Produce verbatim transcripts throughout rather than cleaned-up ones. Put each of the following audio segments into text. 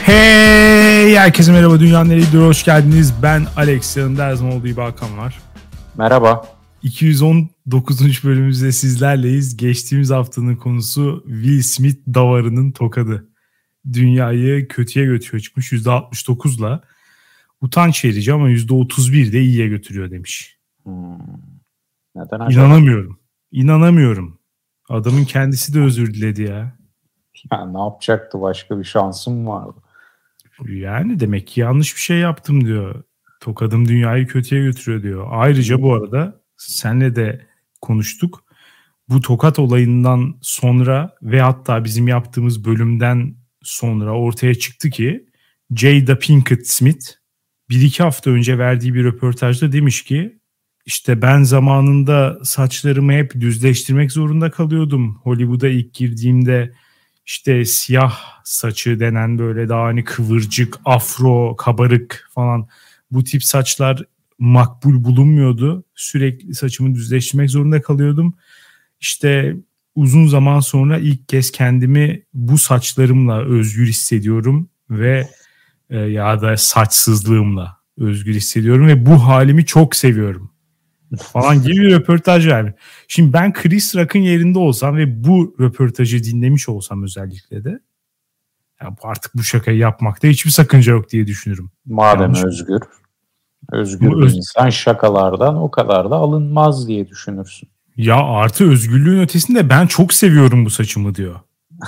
Hey herkese merhaba, Dünyanın Nereydi, hoş geldiniz. Ben Alex, yanımda her zaman olduğu gibi Hakan var. Merhaba. iki yüz on dokuzuncu bölümümüzde sizlerleyiz. Geçtiğimiz haftanın konusu Will Smith davarının tokadı. Dünyayı kötüye götürüyor çıkmış yüzde altmış dokuzla. Utanç verici ama yüzde otuz bir de iyiye götürüyor demiş. Hmm. Neden acaba? İnanamıyorum. İnanamıyorum. Adamın kendisi de özür diledi ya. Ya ne yapacaktı? Başka bir şansım vardı. Yani demek ki yanlış bir şey yaptım diyor. Tokadım dünyayı kötüye götürüyor diyor. Ayrıca bu arada senle de konuştuk. Bu tokat olayından sonra ve hatta bizim yaptığımız bölümden sonra ortaya çıktı ki Jada Pinkett Smith bir iki hafta önce verdiği bir röportajda demiş ki işte ben zamanında saçlarımı hep düzleştirmek zorunda kalıyordum. Hollywood'a ilk girdiğimde işte siyah saçı denen böyle daha hani kıvırcık, afro, kabarık falan bu tip saçlar makbul bulunmuyordu. Sürekli saçımı düzleştirmek zorunda kalıyordum. İşte uzun zaman sonra ilk kez kendimi bu saçlarımla özgür hissediyorum ve e, ya da saçsızlığımla özgür hissediyorum ve bu halimi çok seviyorum falan gibi bir röportaj vermiş. Şimdi ben Chris Rock'ın yerinde olsam ve bu röportajı dinlemiş olsam özellikle de ya artık bu şakayı yapmakta hiçbir sakınca yok diye düşünürüm. Madem Yanlış özgür, mi? özgür bir öz... insan şakalardan o kadar da alınmaz diye düşünürsün. Ya artı özgürlüğün ötesinde ben çok seviyorum bu saçımı diyor.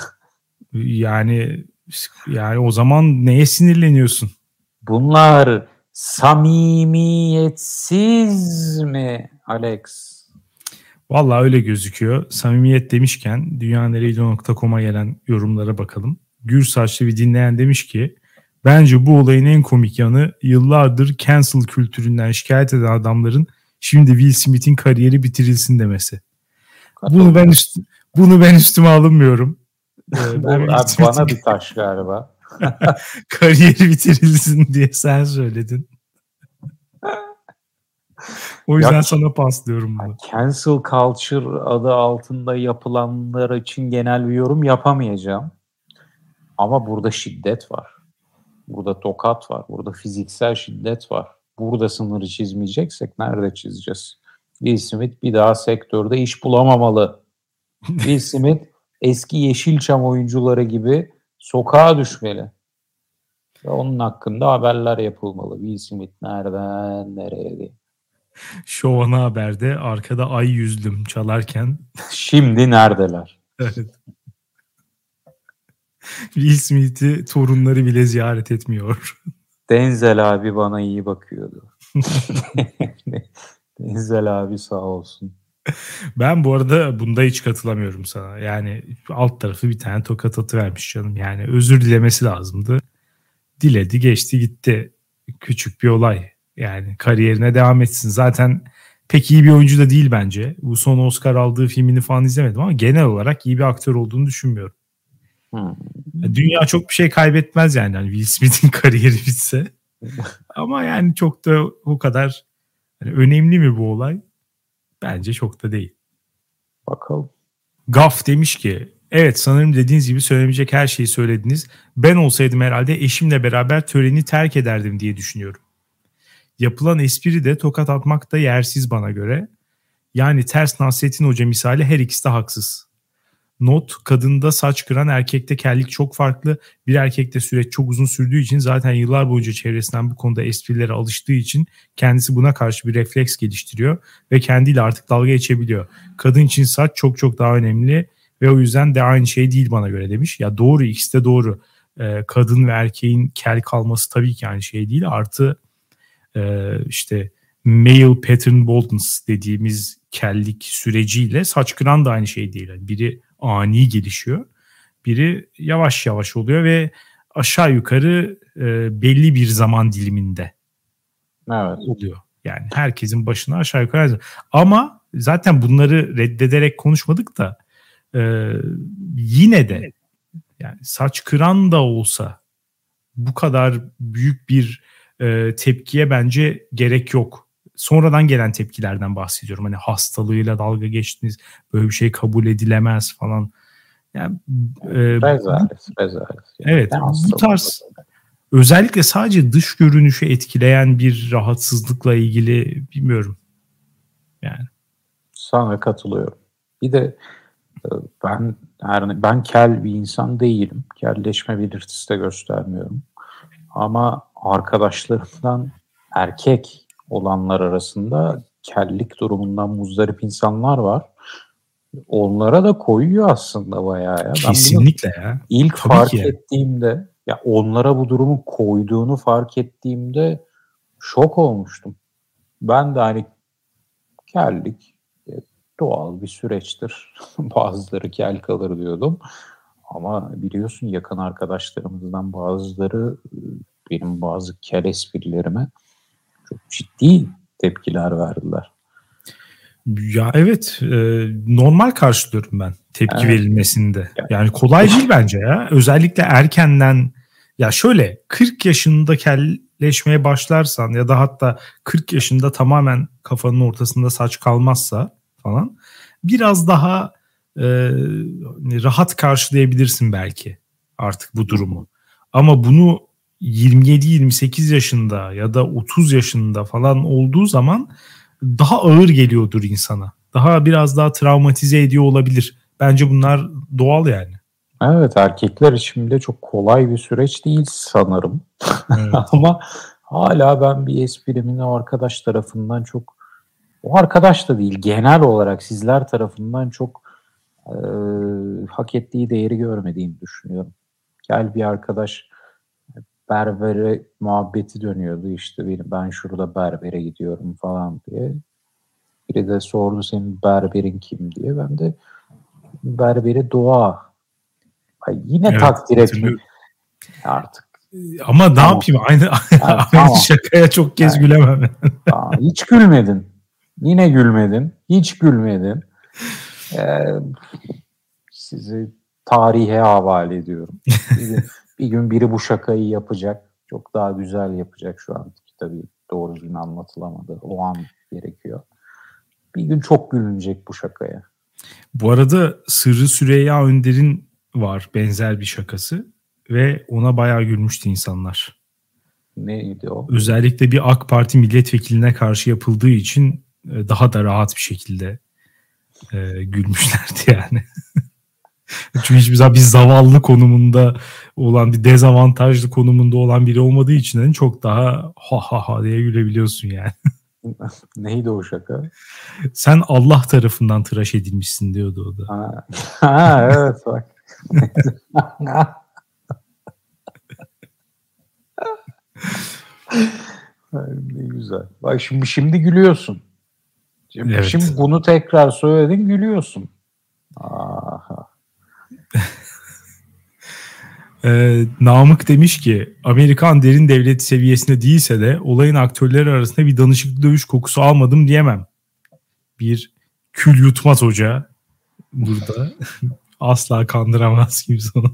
yani yani o zaman neye sinirleniyorsun? Bunlar samimiyetsiz mi Alex? Vallahi öyle gözüküyor. Samimiyet demişken dünyanereydi nokta com'a gelen yorumlara bakalım. Gür saçlı bir dinleyen demiş ki bence bu olayın en komik yanı yıllardır cancel kültüründen şikayet eden adamların şimdi Will Smith'in kariyeri bitirilsin demesi. Bunu ben üst, bunu ben üstüme alınmıyorum. Ee, ben bana bir taş galiba. Kariyeri bitirilsin diye sen söyledin. O yüzden ya, sana paslıyorum bunu. Cancel culture adı altında yapılanlar için genel bir yorum yapamayacağım. Ama burada şiddet var. Burada tokat var. Burada fiziksel şiddet var. Burada sınırı çizmeyeceksek nerede çizeceğiz? Will Smith bir daha sektörde iş bulamamalı. Will Smith eski Yeşilçam oyuncuları gibi sokağa düşmeli. Ve onun hakkında haberler yapılmalı. Will Smith nereden nereye diye. Show Ana Haber'de arkada ay yüzlüm çalarken. Şimdi neredeler? Evet. Will Smith'i torunları bile ziyaret etmiyor. Denzel abi bana iyi bakıyordu. Denzel abi sağ olsun. Ben bu arada bunda hiç katılamıyorum sana. Yani alt tarafı bir tane tokat atıvermiş canım. Yani özür dilemesi lazımdı. Diledi, geçti, gitti. Küçük bir olay. Yani kariyerine devam etsin. Zaten pek iyi bir oyuncu da değil bence. Bu son Oscar aldığı filmini falan izlemedim ama genel olarak iyi bir aktör olduğunu düşünmüyorum. Hmm. Dünya çok bir şey kaybetmez yani. yani Will Smith'in kariyeri bitse. Ama yani çok da o kadar yani önemli mi bu olay? Bence çok da değil. Bakalım. Gaf demiş ki evet sanırım dediğiniz gibi söylemeyecek her şeyi söylediniz. Ben olsaydım herhalde eşimle beraber töreni terk ederdim diye düşünüyorum. Yapılan espri de tokat atmak da yersiz bana göre. Yani ters Nasrettin Hoca misali her ikisi de haksız. Not, kadında saç kıran erkekte kellik çok farklı. Bir erkekte süreç çok uzun sürdüğü için zaten yıllar boyunca çevresinden bu konuda esprilere alıştığı için kendisi buna karşı bir refleks geliştiriyor ve kendiyle artık dalga geçebiliyor. Kadın için saç çok çok daha önemli ve o yüzden de aynı şey değil bana göre demiş. Ya doğru, ikisi de doğru. Ee, kadın ve erkeğin kel kalması tabii ki aynı şey değil. Artı e, işte male pattern baldness dediğimiz kellik süreciyle saç kıran da aynı şey değil. Yani biri ani gelişiyor, biri yavaş yavaş oluyor ve aşağı yukarı e, belli bir zaman diliminde evet. oluyor. Yani herkesin başına aşağı yukarı. Ama zaten bunları reddederek konuşmadık da e, yine de yani saç kıran da olsa bu kadar büyük bir e, tepkiye bence gerek yok. Sonradan gelen tepkilerden bahsediyorum. Hani hastalığıyla dalga geçtiniz, böyle bir şey kabul edilemez falan. Yani e, rezalet, rezalet. Evet, bu tarz özellikle sadece dış görünüşü etkileyen bir rahatsızlıkla ilgili bilmiyorum. Yani. Sana katılıyorum. Bir de ben yani ben kel bir insan değilim. Kelleşme belirtisi de göstermiyorum. Ama arkadaşlarımdan erkek olanlar arasında kellik durumundan muzdarip insanlar var. Onlara da koyuyor aslında bayağı ya. Kesinlikle ben ya. İlk Tabii fark ki. ettiğimde ya onlara bu durumu koyduğunu fark ettiğimde şok olmuştum. Ben de hani kellik doğal bir süreçtir. Bazıları kel kalır diyordum. Ama biliyorsun yakın arkadaşlarımızdan bazıları benim bazı kel esprilerime çok ciddi tepkiler verdiler. Ya evet, e, normal karşılıyorum ben tepki evet. verilmesinde. Yani kolay değil bence ya. Özellikle erkenden, ya şöyle kırk yaşında kelleşmeye başlarsan ya da hatta kırk yaşında tamamen kafanın ortasında saç kalmazsa falan biraz daha e, rahat karşılayabilirsin belki artık bu durumu. Ama bunu yirmi yedi yirmi sekiz yaşında ya da otuz yaşında falan olduğu zaman daha ağır geliyordur insana. Daha biraz daha travmatize ediyor olabilir. Bence bunlar doğal yani. Evet, erkekler için de çok kolay bir süreç değil sanırım. Evet. Ama hala ben bir esprimin o arkadaş tarafından çok, o arkadaş da değil genel olarak sizler tarafından çok e, hak ettiği değeri görmediğimi düşünüyorum. Gel bir arkadaş berbere muhabbeti dönüyordu işte benim, ben şurada berbere gidiyorum falan diye. Biri de sordu senin berberin kim diye. Ben de berberi Doğa. Ay yine evet, takdir etmiyorum artık. Ama ne tamam. yapayım? Aynı, yani, aynı tamam. şakaya çok kez yani, gülemem. Tamam. Hiç gülmedin. Yine gülmedin. Hiç gülmedin. Ee, sizi tarihe havale ediyorum. Bir gün, bir gün biri bu şakayı yapacak. Çok daha güzel yapacak şu an. Tabii doğru düzgün anlatılamadı. O an gerekiyor. Bir gün çok gülünecek bu şakaya. Bu arada Sırrı Süreyya Önder'in var benzer bir şakası ve ona bayağı gülmüştü insanlar. Neydi o? Özellikle bir AK Parti milletvekiline karşı yapıldığı için daha da rahat bir şekilde e, gülmüşlerdi yani. Çünkü hiçbir zaman bir zavallı konumunda olan, bir dezavantajlı konumunda olan biri olmadığı için yani çok daha ha ha ha diye gülebiliyorsun yani. Neydi o şaka? Sen Allah tarafından tıraş edilmişsin diyordu o da. Ha, ha evet bak. Ne güzel. Bak şimdi şimdi gülüyorsun. Şimdi, evet. Şimdi bunu tekrar söyledin gülüyorsun. Aha. Ee, Namık demiş ki Amerikan derin devleti seviyesinde değilse de olayın aktörleri arasında bir danışıklı dövüş kokusu almadım diyemem. Bir kül yutmaz hoca burada asla kandıramaz kimse onu.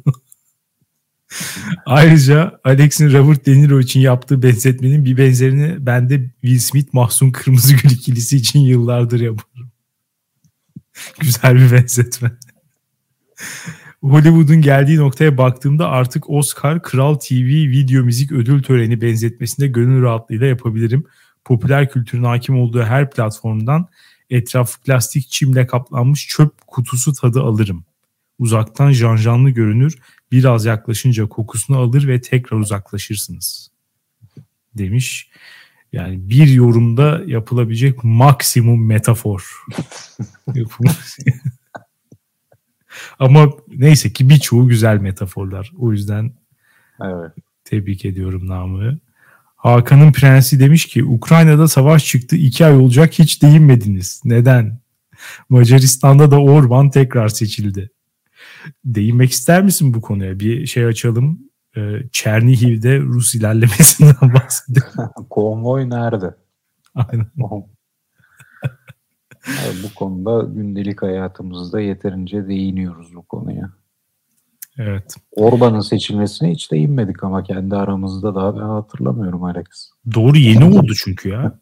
Ayrıca Alex'in Robert De Niro için yaptığı benzetmenin bir benzerini ben de Will Smith Mahsun Kırmızıgül ikilisi için yıllardır yaparım. Güzel bir benzetme. Hollywood'un geldiği noktaya baktığımda artık Oscar, Kral T V, video müzik ödül töreni benzetmesinde gönül rahatlığıyla yapabilirim. Popüler kültürün hakim olduğu her platformdan etrafı plastik çimle kaplanmış çöp kutusu tadı alırım. Uzaktan janjanlı görünür, biraz yaklaşınca kokusunu alır ve tekrar uzaklaşırsınız. Demiş. Yani bir yorumda yapılabilecek maksimum metafor. Ama neyse ki birçoğu güzel metaforlar. O yüzden evet. Tebrik ediyorum Namık'ı. Hakan'ın prensi demiş ki Ukrayna'da savaş çıktı, iki ay olacak, hiç değinmediniz. Neden? Macaristan'da da Orban tekrar seçildi. Değinmek ister misin bu konuya? Bir şey açalım. Ee, Çernihiv'de Rus ilerlemesinden bahsedelim. Konvoy nerede? Aynen. Yani bu konuda gündelik hayatımızda yeterince değiniyoruz bu konuya. Evet. Orban'ın seçilmesine hiç değinmedik ama kendi aramızda daha ben hatırlamıyorum Alex. Doğru, yeni oldu çünkü ya.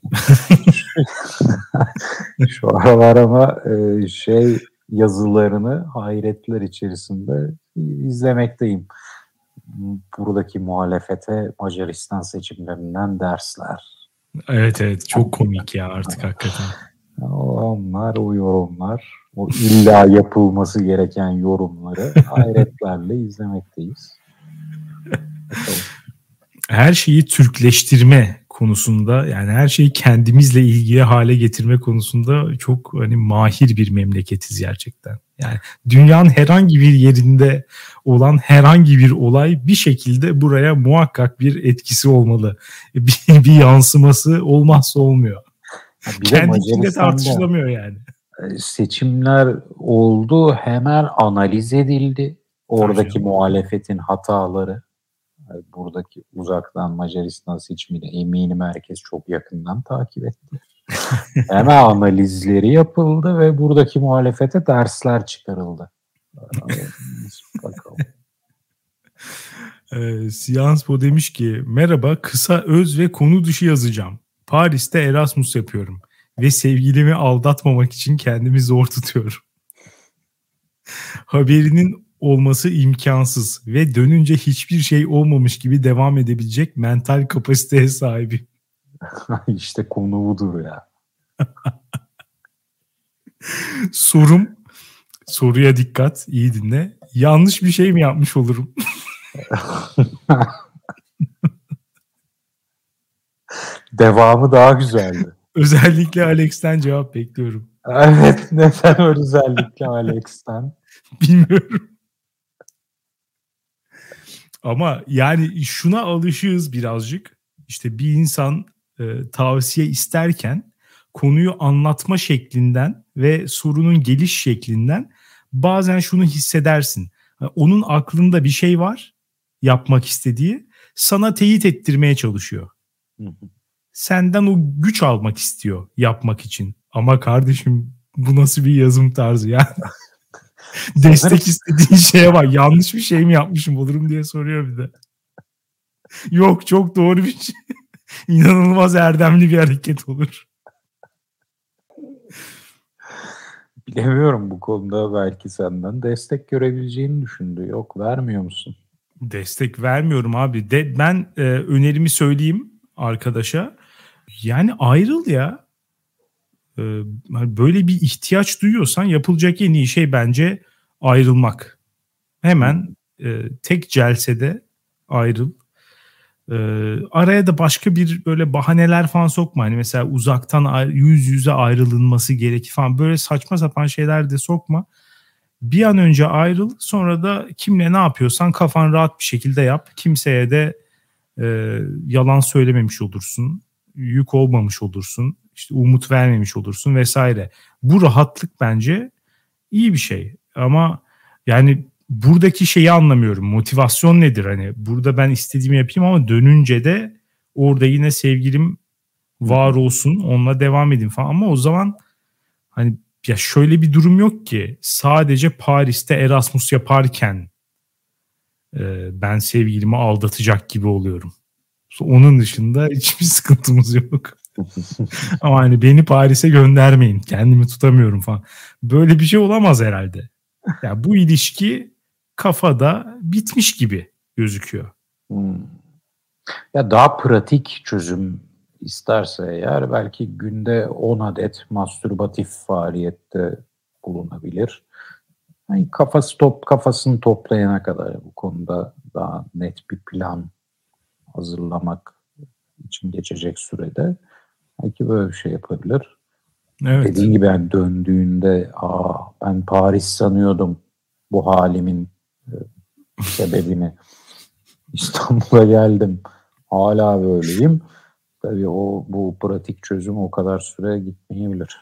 Şu aralar ama şey yazılarını hayretler içerisinde izlemekteyim. buradaki muhalefete Macaristan seçimlerinden dersler. Evet evet çok komik ya artık hakikaten. Onlar o yorumlar, o illa yapılması gereken yorumları hayretlerle izlemekteyiz. Bakalım. Her şeyi Türkleştirme konusunda, yani her şeyi kendimizle ilgili hale getirme konusunda çok hani mahir bir memleketiz gerçekten. Yani dünyanın herhangi bir yerinde olan herhangi bir olay bir şekilde buraya muhakkak bir etkisi olmalı. Bir, bir yansıması olmazsa olmuyor. Bir kendi içinde tartışılamıyor yani. Seçimler oldu, hemen analiz edildi. Oradaki muhalefetin hataları. Buradaki uzaktan Macaristan seçimini eminim herkes çok yakından takip etti. Hemen analizleri yapıldı ve buradaki muhalefete dersler çıkarıldı. Bakalım. e, Siyanspo demiş ki merhaba, kısa öz ve konu dışı yazacağım. Paris'te Erasmus yapıyorum ve sevgilimi aldatmamak için kendimi zor tutuyorum. Haberinin olması imkansız ve dönünce hiçbir şey olmamış gibi devam edebilecek mental kapasiteye sahibim. İşte konu budur ya. Sorum, soruya dikkat, iyi dinle. Yanlış bir şey mi yapmış olurum? Devamı daha güzeldi. Özellikle Alex'ten cevap bekliyorum. Evet, neden özellikle Alex'ten? Bilmiyorum. Ama yani şuna alışığız birazcık. İşte bir insan e, tavsiye isterken konuyu anlatma şeklinden ve sorunun geliş şeklinden bazen şunu hissedersin. Onun aklında bir şey var yapmak istediği, sana teyit ettirmeye çalışıyor. Hı hı. Senden o güç almak istiyor yapmak için. Ama kardeşim bu nasıl bir yazım tarzı yani? Destek istediğin şeye bak, yanlış bir şey mi yapmışım olurum diye soruyor bir de. Yok, çok doğru bir şey. İnanılmaz erdemli bir hareket olur. Bilemiyorum, bu konuda belki senden destek görebileceğini düşündü. Yok, vermiyor musun? Destek vermiyorum abi. De, ben e, önerimi söyleyeyim arkadaşa. Yani ayrıl ya. E, böyle bir ihtiyaç duyuyorsan yapılacak en iyi şey bence ayrılmak. Hemen e, tek celsede ayrıl. E, araya da başka bir böyle bahaneler falan sokma. Hani mesela uzaktan yüz yüze ayrılınması gerekir falan. Böyle saçma sapan şeyler de sokma. Bir an önce ayrıl. Sonra da kimle ne yapıyorsan kafan rahat bir şekilde yap. Kimseye de e, yalan söylememiş olursun. Yük olmamış olursun. İşte umut vermemiş olursun vesaire. Bu rahatlık bence iyi bir şey. Ama yani buradaki şeyi anlamıyorum. Motivasyon nedir? Hani burada ben istediğimi yapayım ama dönünce de orada yine sevgilim var olsun, onunla devam edeyim falan. Ama o zaman hani ya şöyle bir durum yok ki sadece Paris'te Erasmus yaparken e, ben sevgilimi aldatacak gibi oluyorum. Onun dışında hiçbir sıkıntımız yok. Ama hani beni Paris'e göndermeyin, kendimi tutamıyorum falan. Böyle bir şey olamaz herhalde. Yani bu ilişki kafada bitmiş gibi gözüküyor. Hmm. Ya daha pratik çözüm isterse eğer belki günde on adet mastürbatif faaliyette bulunabilir. Yani kafası top kafasını toplayana kadar bu konuda daha net bir plan hazırlamak için geçecek sürede belki böyle bir şey yapabilir. Evet. Dediğim gibi yani döndüğünde aa ben Paris sanıyordum bu halimin e, sebebini. İstanbul'a geldim. Hala böyleyim. Tabii o bu pratik çözüm o kadar süre gitmeyebilir.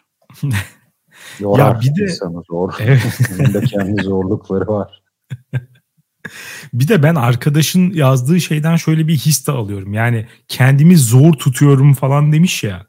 Yorar ya bir de insanı zor. Evet. Onun da kendi zorlukları var. Bir de ben arkadaşın yazdığı şeyden şöyle bir his de alıyorum. Yani kendimi zor tutuyorum falan demiş ya.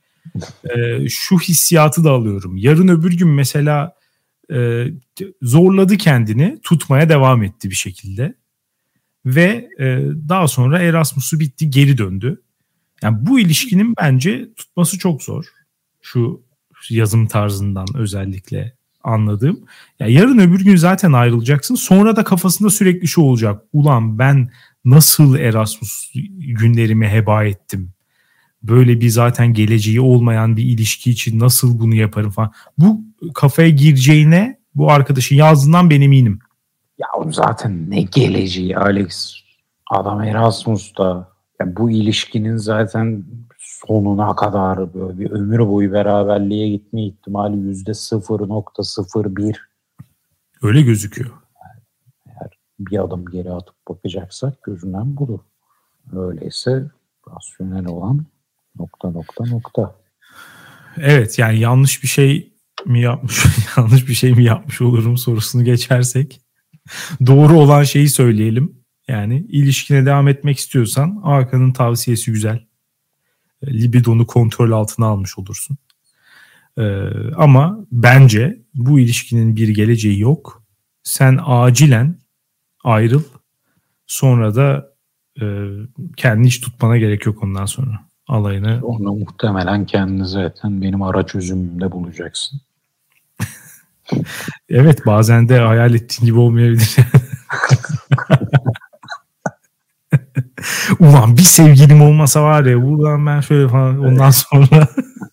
e, şu hissiyatı da alıyorum. Yarın öbür gün mesela e, zorladı kendini, tutmaya devam etti bir şekilde. Ve e, daha sonra Erasmus'u bitti, geri döndü. Yani bu ilişkinin bence tutması çok zor. Şu yazım tarzından özellikle anladığım. Ya yarın öbür gün zaten ayrılacaksın. Sonra da kafasında sürekli şu olacak. Ulan ben nasıl Erasmus günlerimi heba ettim? Böyle bir zaten geleceği olmayan bir ilişki için nasıl bunu yaparım falan. Bu kafaya gireceğine bu arkadaşın yazdığından ben eminim. Ya zaten ne geleceği Alex. Adam Erasmus'ta. Ya bu ilişkinin zaten sonuna kadar böyle bir ömür boyu beraberliğe gitme ihtimali yüzde sıfır nokta sıfır bir. Öyle gözüküyor. Eğer bir adım geri atıp bakacaksak gözünden budur. Öyleyse rasyonel olan nokta nokta nokta. Evet, yani yanlış bir şey mi yapmış, yanlış bir şey mi yapmış olurum sorusunu geçersek doğru olan şeyi söyleyelim. Yani ilişkine devam etmek istiyorsan Hakan'ın tavsiyesi güzel. Libidonu kontrol altına almış olursun. Ee, ama bence bu ilişkinin bir geleceği yok. Sen acilen ayrıl. Sonra da e, kendini hiç tutmana gerek yok ondan sonra. Alayını. Onu muhtemelen kendini zaten benim ara çözümümde bulacaksın. Evet, bazen de hayal ettiğin gibi olmayabilir. Ulan bir sevgilim olmasa var ya buradan ben şöyle falan ondan sonra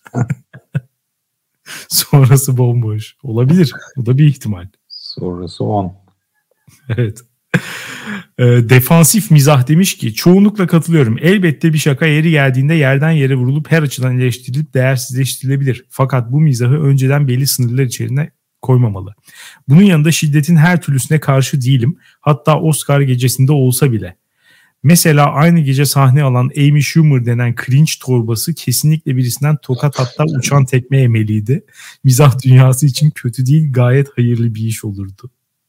sonrası bomboş. Olabilir. Bu da bir ihtimal. Sonrası on. Evet. E, defansif mizah demiş ki çoğunlukla katılıyorum. Elbette bir şaka yeri geldiğinde yerden yere vurulup her açıdan eleştirilip değersizleştirilebilir. Fakat bu mizahı önceden belli sınırlar içerisine koymamalı. Bunun yanında şiddetin her türlüsüne karşı değilim. Hatta Oscar gecesinde olsa bile. Mesela aynı gece sahne alan Amy Schumer denen cringe torbası kesinlikle birisinden tokat hatta uçan tekme yemeliydi. Mizah dünyası için kötü değil, gayet hayırlı bir iş olurdu.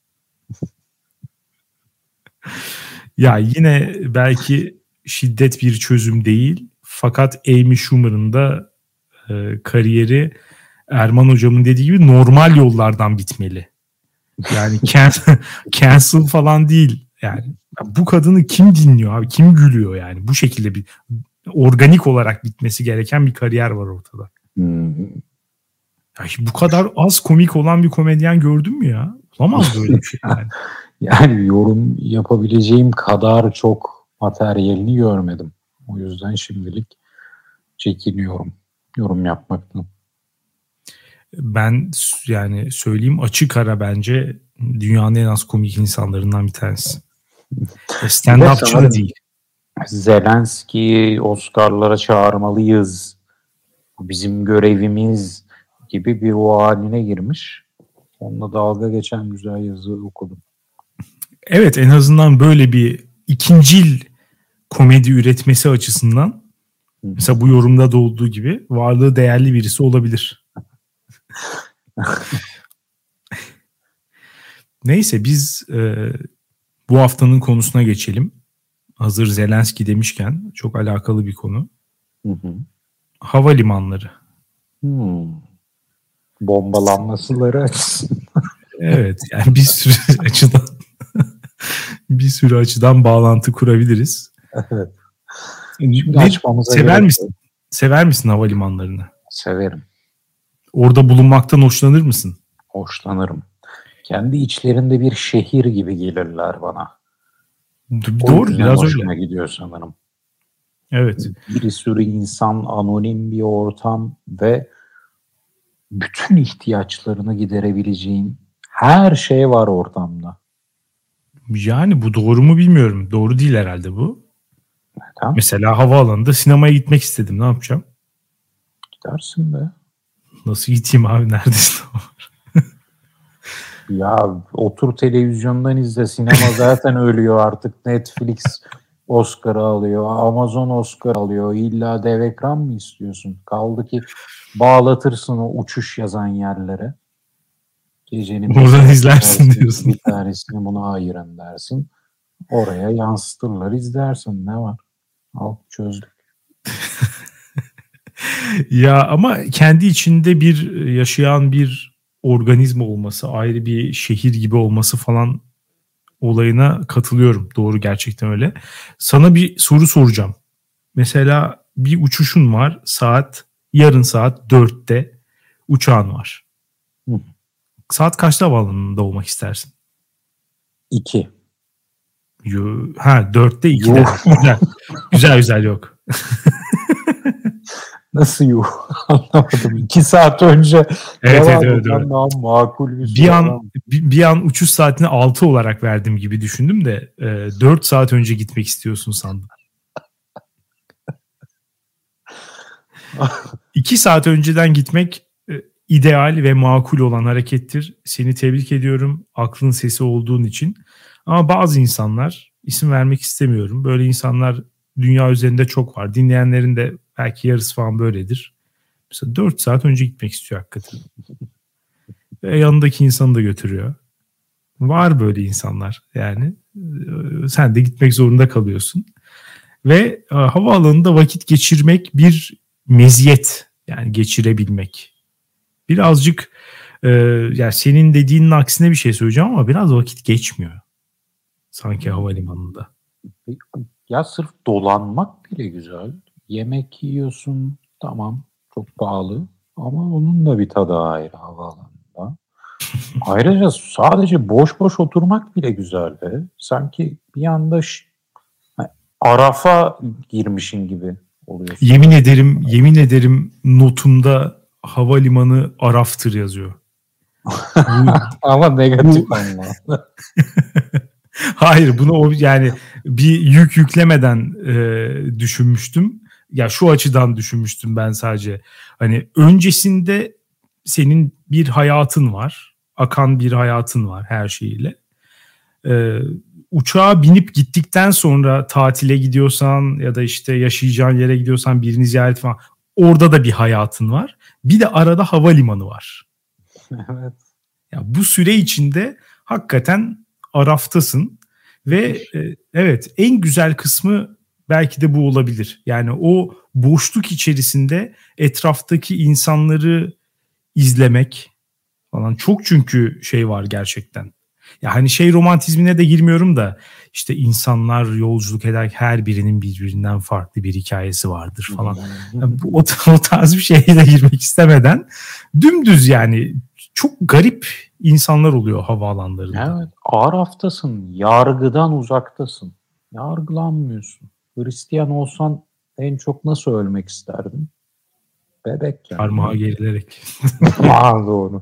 Ya yine belki şiddet bir çözüm değil. Fakat Amy Schumer'ın da e, kariyeri Erman hocamın dediği gibi normal yollardan bitmeli. Yani cancel, cancel falan değil. Yani bu kadını kim dinliyor abi? Kim gülüyor yani? Bu şekilde bir organik olarak bitmesi gereken bir kariyer var ortada. Hmm. Ya bu kadar az komik olan bir komedyen gördün mü ya? Olamaz böyle bir şey yani. Yani yorum yapabileceğim kadar çok materyalini görmedim. O yüzden şimdilik çekiniyorum yorum yapmaktan. Ben yani söyleyeyim açık ara bence dünyanın en az komik insanlarından bir tanesi. Stand-upçı da değil. Zelenski'yi Oscar'lara çağırmalıyız. Bizim görevimiz gibi bir o haline girmiş. Onunla dalga geçen güzel yazı okudum. Evet, en azından böyle bir ikincil komedi üretmesi açısından Hı. mesela bu yorumda da olduğu gibi varlığı değerli birisi olabilir. Neyse biz e, bu haftanın konusuna geçelim. Hazır Zelenski demişken çok alakalı bir konu. Hı hı. Havalimanları. Hmm. Bombalanmasıları açısından. Evet, yani bir sürü açıdan bir sürü açıdan bağlantı kurabiliriz. Evet. Şimdi açmamıza sever misin? Yok. Sever misin havalimanlarını? Severim. Orada bulunmaktan hoşlanır mısın? Hoşlanırım. Kendi içlerinde bir şehir gibi gelirler bana. D- Doğru, biraz hoşuma öyle. gidiyor sanırım. Evet. Bir sürü insan, anonim bir ortam ve bütün ihtiyaçlarını giderebileceğin her şey var ortamda. Yani bu doğru mu bilmiyorum. Doğru değil herhalde bu. Tamam. Mesela havaalanında sinemaya gitmek istedim. Ne yapacağım? Gidersin be. Nasıl gideyim abi? Neredesin? Ya otur televizyondan izle. Sinema zaten ölüyor artık. Netflix Oscar alıyor. Amazon Oscar alıyor. İlla dev ekran mı istiyorsun? Kaldı ki bağlatırsın o uçuş yazan yerlere. Gecenin oradan izlersin diyorsun. Bir tanesini buna ayırın dersin. Oraya yansıtırlar, izlersin. Ne var? Al, çözdük. Ya ama kendi içinde bir yaşayan bir organizma olması, ayrı bir şehir gibi olması falan olayına katılıyorum. Doğru, gerçekten öyle. Sana bir soru soracağım. Mesela bir uçuşun var, saat yarın saat dörtte uçağın var. Hı. saat kaçta havaalanında olmak istersin? İki. Yo, ha dörtte ikide. Güzel. güzel güzel yok. Nasıl yuh? Anlamadım. İki saat önce evet, devam evet, eden evet. daha makul bir Bir an, bir, bir an uçuş saatini altı olarak verdim gibi düşündüm de e, dört saat önce gitmek istiyorsun sandım. iki saat önceden gitmek e, ideal ve makul olan harekettir. Seni tebrik ediyorum aklın sesi olduğun için. Ama bazı insanlar, isim vermek istemiyorum. Böyle insanlar dünya üzerinde çok var. Dinleyenlerin de belki yarısı falan böyledir. Mesela dört saat önce gitmek istiyor hakikaten. Ve yanındaki insanı da götürüyor. Var böyle insanlar yani. Sen de gitmek zorunda kalıyorsun. Ve e, havaalanında vakit geçirmek bir meziyet. Yani geçirebilmek. Birazcık e, yani senin dediğinin aksine bir şey söyleyeceğim ama biraz vakit geçmiyor. Sanki havalimanında. Ya sırf dolanmak bile güzel. Yemek yiyorsun, tamam, çok pahalı ama onun da bir tadı ayrı havaalanında. Ayrıca sadece boş boş oturmak bile güzel be. Sanki bir anda ş- Arafa girmişin gibi oluyorsun. Yemin ederim, yemin ederim notumda havalimanı Araf'tır yazıyor. Ama negatif anlamda. Hayır, bunu o yani bir yük yüklemeden e, düşünmüştüm. Ya şu açıdan düşünmüştüm ben sadece. Hani öncesinde senin bir hayatın var. Akan bir hayatın var her şeyiyle. Ee, uçağa binip gittikten sonra tatile gidiyorsan ya da işte yaşayacağın yere gidiyorsan birini ziyaret falan, orada da bir hayatın var. Bir de arada havalimanı var. Evet. Ya bu süre içinde hakikaten Araf'tasın ve e, evet en güzel kısmı belki de bu olabilir. Yani o boşluk içerisinde etraftaki insanları izlemek falan çok, çünkü şey var gerçekten. Ya hani şey romantizmine de girmiyorum da işte insanlar yolculuk eder, her birinin birbirinden farklı bir hikayesi vardır falan. Yani bu, o, o tarz bir şeye de girmek istemeden dümdüz yani çok garip insanlar oluyor havaalanlarında. Evet, Araf'tasın, yargıdan uzaktasın. Yargılanmıyorsun. Hristiyan olsan en çok nasıl ölmek isterdin? Bebekken. Parmağı gerilerek. Aa, doğru.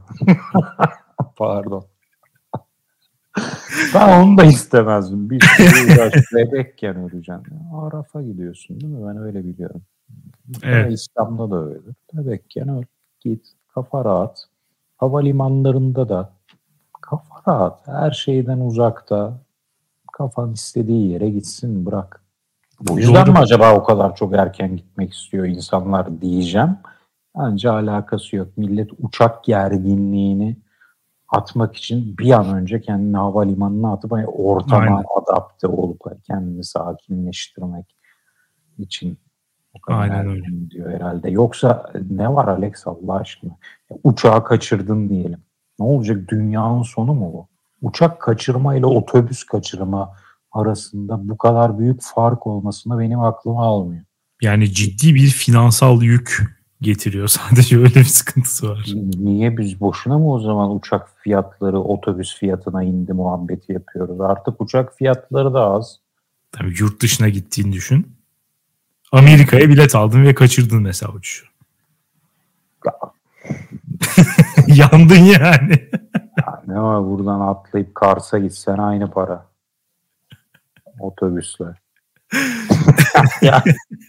Pardon. Ben onu da istemezdim. Bir sürü uğraş, bebekken öleceğim. Araf'a gidiyorsun değil mi? Ben öyle biliyorum. Evet. İslam'da da öyle. Bebekken öl. Git. Kafa rahat. Havalimanlarında da kafa rahat. Her şeyden uzakta. Kafan istediği yere gitsin, bırak. Bu yüzden mi acaba o kadar çok erken gitmek istiyor insanlar diyeceğim. Bence alakası yok. Millet uçak gerginliğini atmak için bir an önce kendini havalimanına atıp hani ortama Aynen. adapte olup kendini sakinleştirmek için o kadar Aynen öyle diyor herhalde. Yoksa ne var Alex Allah aşkına? Uçağı kaçırdın diyelim. Ne olacak? Dünyanın sonu mu bu? Uçak kaçırma ile otobüs kaçırma arasında bu kadar büyük fark olmasını benim aklım almıyor. Yani ciddi bir finansal yük getiriyor. Sadece öyle bir sıkıntısı var. Niye biz boşuna mı o zaman uçak fiyatları otobüs fiyatına indi muhabbeti yapıyoruz? Artık uçak fiyatları da az. Tabii yurt dışına gittiğini düşün. Amerika'ya bilet aldın ve kaçırdın mesela uçuşu. Yandın yani. Ya ne var, buradan atlayıp Kars'a gitsen aynı para. Otobüsle. ya.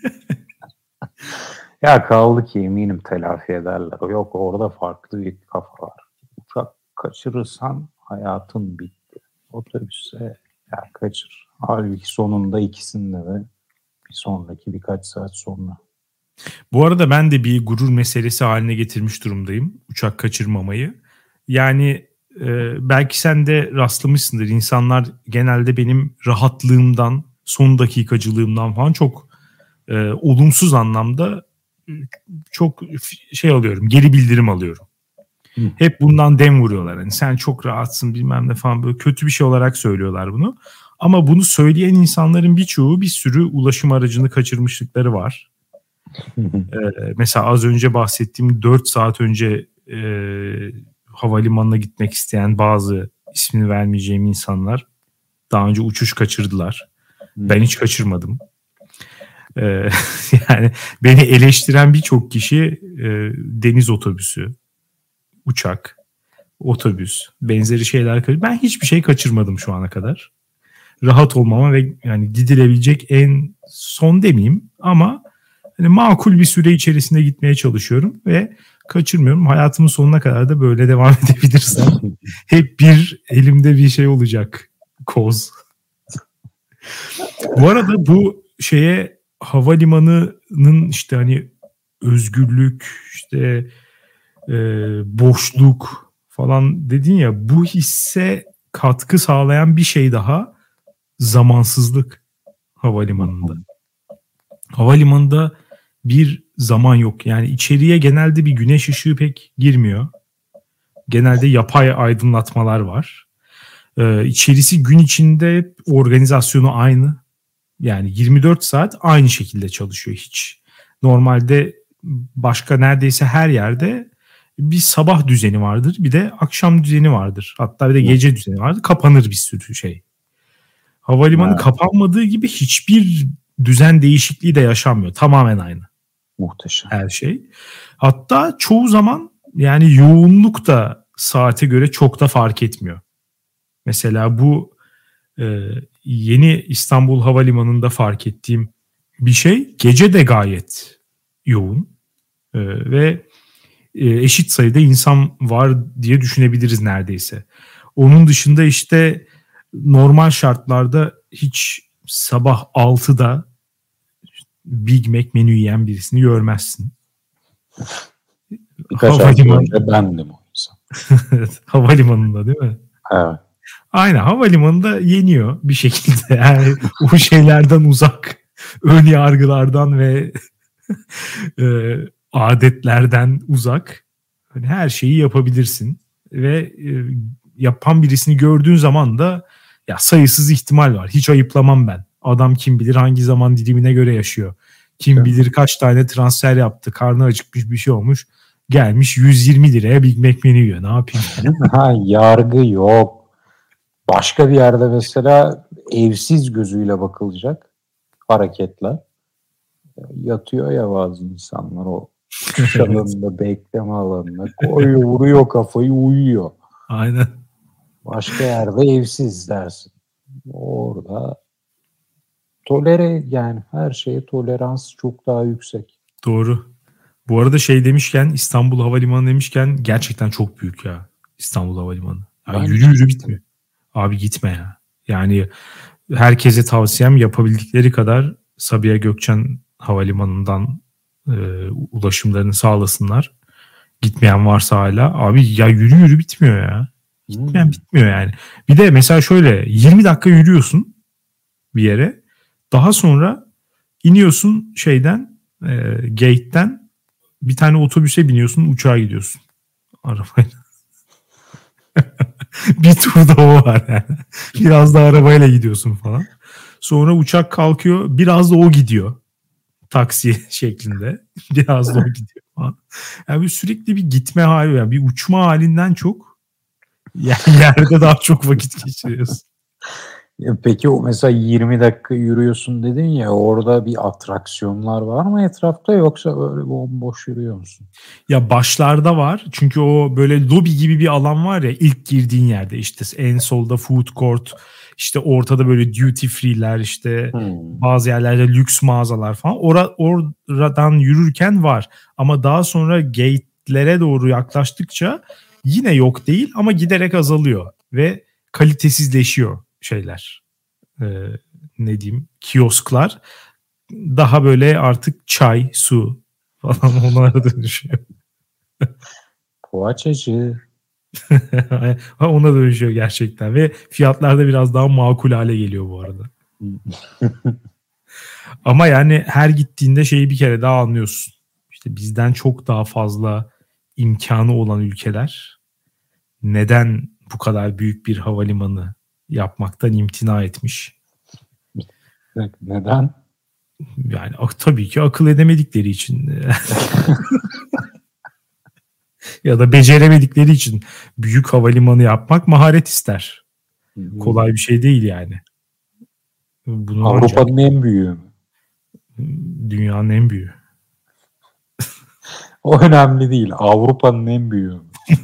ya kaldı ki eminim telafi ederler. Yok, orada farklı bir kafa var. Uçak kaçırırsan hayatın bitti. Otobüse ya kaçır. Halbuki sonunda ikisinde de bir sonraki birkaç saat sonra. Bu arada ben de bir gurur meselesi haline getirmiş durumdayım uçak kaçırmamayı. Yani e, belki sen de rastlamışsındır. İnsanlar genelde benim rahatlığımdan, son dakikacılığımdan falan çok e, olumsuz anlamda çok şey alıyorum, geri bildirim alıyorum. Hı. Hep bundan dem vuruyorlar. Yani sen çok rahatsın bilmem ne falan, böyle kötü bir şey olarak söylüyorlar bunu. Ama bunu söyleyen insanların birçoğu bir sürü ulaşım aracını kaçırmışlıkları var. ee, mesela az önce bahsettiğim dört saat önce e, havalimanına gitmek isteyen bazı ismini vermeyeceğim insanlar daha önce uçuş kaçırdılar. Hmm. Ben hiç kaçırmadım. Ee, yani beni eleştiren birçok kişi e, deniz otobüsü, uçak, otobüs, benzeri şeyler kaçırdım. Ben hiçbir şey kaçırmadım şu ana kadar. Rahat olmama ve yani gidilebilecek en son demeyeyim ama hani makul bir süre içerisinde gitmeye çalışıyorum ve kaçırmıyorum. Hayatımın sonuna kadar da böyle devam edebilirsem hep bir elimde bir şey olacak. Koz. Bu arada bu şeye havalimanının işte hani özgürlük, işte e, boşluk falan dedin ya, bu hisse katkı sağlayan bir şey daha zamansızlık havalimanında. Havalimanında bir zaman yok. Yani içeriye genelde bir güneş ışığı pek girmiyor. Genelde yapay aydınlatmalar var. Ee, içerisi gün içinde organizasyonu aynı. Yani yirmi dört saat aynı şekilde çalışıyor hiç. Normalde başka neredeyse her yerde bir sabah düzeni vardır, bir de akşam düzeni vardır. Hatta bir de gece düzeni vardır. Kapanır bir sürü şey. Havalimanı evet. Kapanmadığı gibi hiçbir düzen değişikliği de yaşanmıyor. Tamamen aynı. Muhteşem. Her şey. Hatta çoğu zaman yani yoğunluk da saate göre çok da fark etmiyor. Mesela bu e, yeni İstanbul Havalimanı'nda fark ettiğim bir şey, gece de gayet yoğun e, ve e, eşit sayıda insan var diye düşünebiliriz neredeyse. Onun dışında işte normal şartlarda hiç sabah altıda Big Mac menü yiyen birisini görmezsin. Birkaç Havalimanı... ay önce bendim o insan. Havalimanında değil mi? Evet. Aynen, havalimanında yeniyor bir şekilde. Yani o şeylerden uzak, ön yargılardan ve e, adetlerden uzak. Hani her şeyi yapabilirsin ve e, yapan birisini gördüğün zaman da ya sayısız ihtimal var. Hiç ayıplamam ben. Adam kim bilir hangi zaman dilimine göre yaşıyor. Kim evet. bilir kaç tane transfer yaptı. Karnı acıkmış bir şey olmuş. Gelmiş yüz yirmi liraya Big Mac menü yiyor. Ne yapayım? Ha, yargı yok. Başka bir yerde mesela evsiz gözüyle bakılacak hareketler. Yatıyor ya bazı insanlar o uçuş alanında, bekleme alanında. Koyuyor, vuruyor kafayı, uyuyor. Aynen. Başka yerde evsiz dersin. Orada tolere, yani her şeye tolerans çok daha yüksek. Doğru. Bu arada şey demişken, İstanbul Havalimanı demişken gerçekten çok büyük ya İstanbul Havalimanı. Yani yürü yürü bitmiyor. Abi gitme ya. Yani herkese tavsiyem yapabildikleri kadar Sabiha Gökçen Havalimanı'ndan e, ulaşımlarını sağlasınlar. Gitmeyen varsa hala. Abi ya yürü yürü bitmiyor ya. Gitmeyen hmm. bitmiyor yani. Bir de mesela şöyle yirmi dakika yürüyorsun bir yere. Daha sonra iniyorsun şeyden, e, gate'den, bir tane otobüse biniyorsun, uçağa gidiyorsun. Arabayla. Bir turda o var yani. Biraz da arabayla gidiyorsun falan. Sonra uçak kalkıyor, biraz da o gidiyor. Taksi şeklinde. Biraz da o gidiyor falan. Yani sürekli bir gitme hali, yani bir uçma halinden çok yani yerde daha çok vakit geçiriyorsun. Peki o mesela yirmi dakika yürüyorsun dedin ya, orada bir atraksiyonlar var mı etrafta, yoksa böyle bomboş yürüyor musun? Ya başlarda var, çünkü o böyle lobi gibi bir alan var ya ilk girdiğin yerde, işte en solda food court, işte ortada böyle duty free'ler, işte hmm. bazı yerlerde lüks mağazalar falan. Ora, oradan yürürken var ama daha sonra gate'lere doğru yaklaştıkça yine yok değil ama giderek azalıyor ve kalitesizleşiyor şeyler. Ee, ne diyeyim, kiosklar daha böyle artık çay, su falan onlara dönüşüyor. Poğaçacı. Ona dönüşüyor gerçekten ve fiyatlar da biraz daha makul hale geliyor bu arada. Ama yani her gittiğinde şeyi bir kere daha anlıyorsun. İşte bizden çok daha fazla imkanı olan ülkeler neden bu kadar büyük bir havalimanı yapmaktan imtina etmiş? Neden? Yani tabii ki akıl edemedikleri için. Ya da beceremedikleri için büyük havalimanı yapmak maharet ister. Hmm. Kolay bir şey değil yani. Bunu Avrupa'nın ancak, en büyüğü mü? Dünyanın en büyüğü. O önemli değil. Avrupa'nın en büyüğü.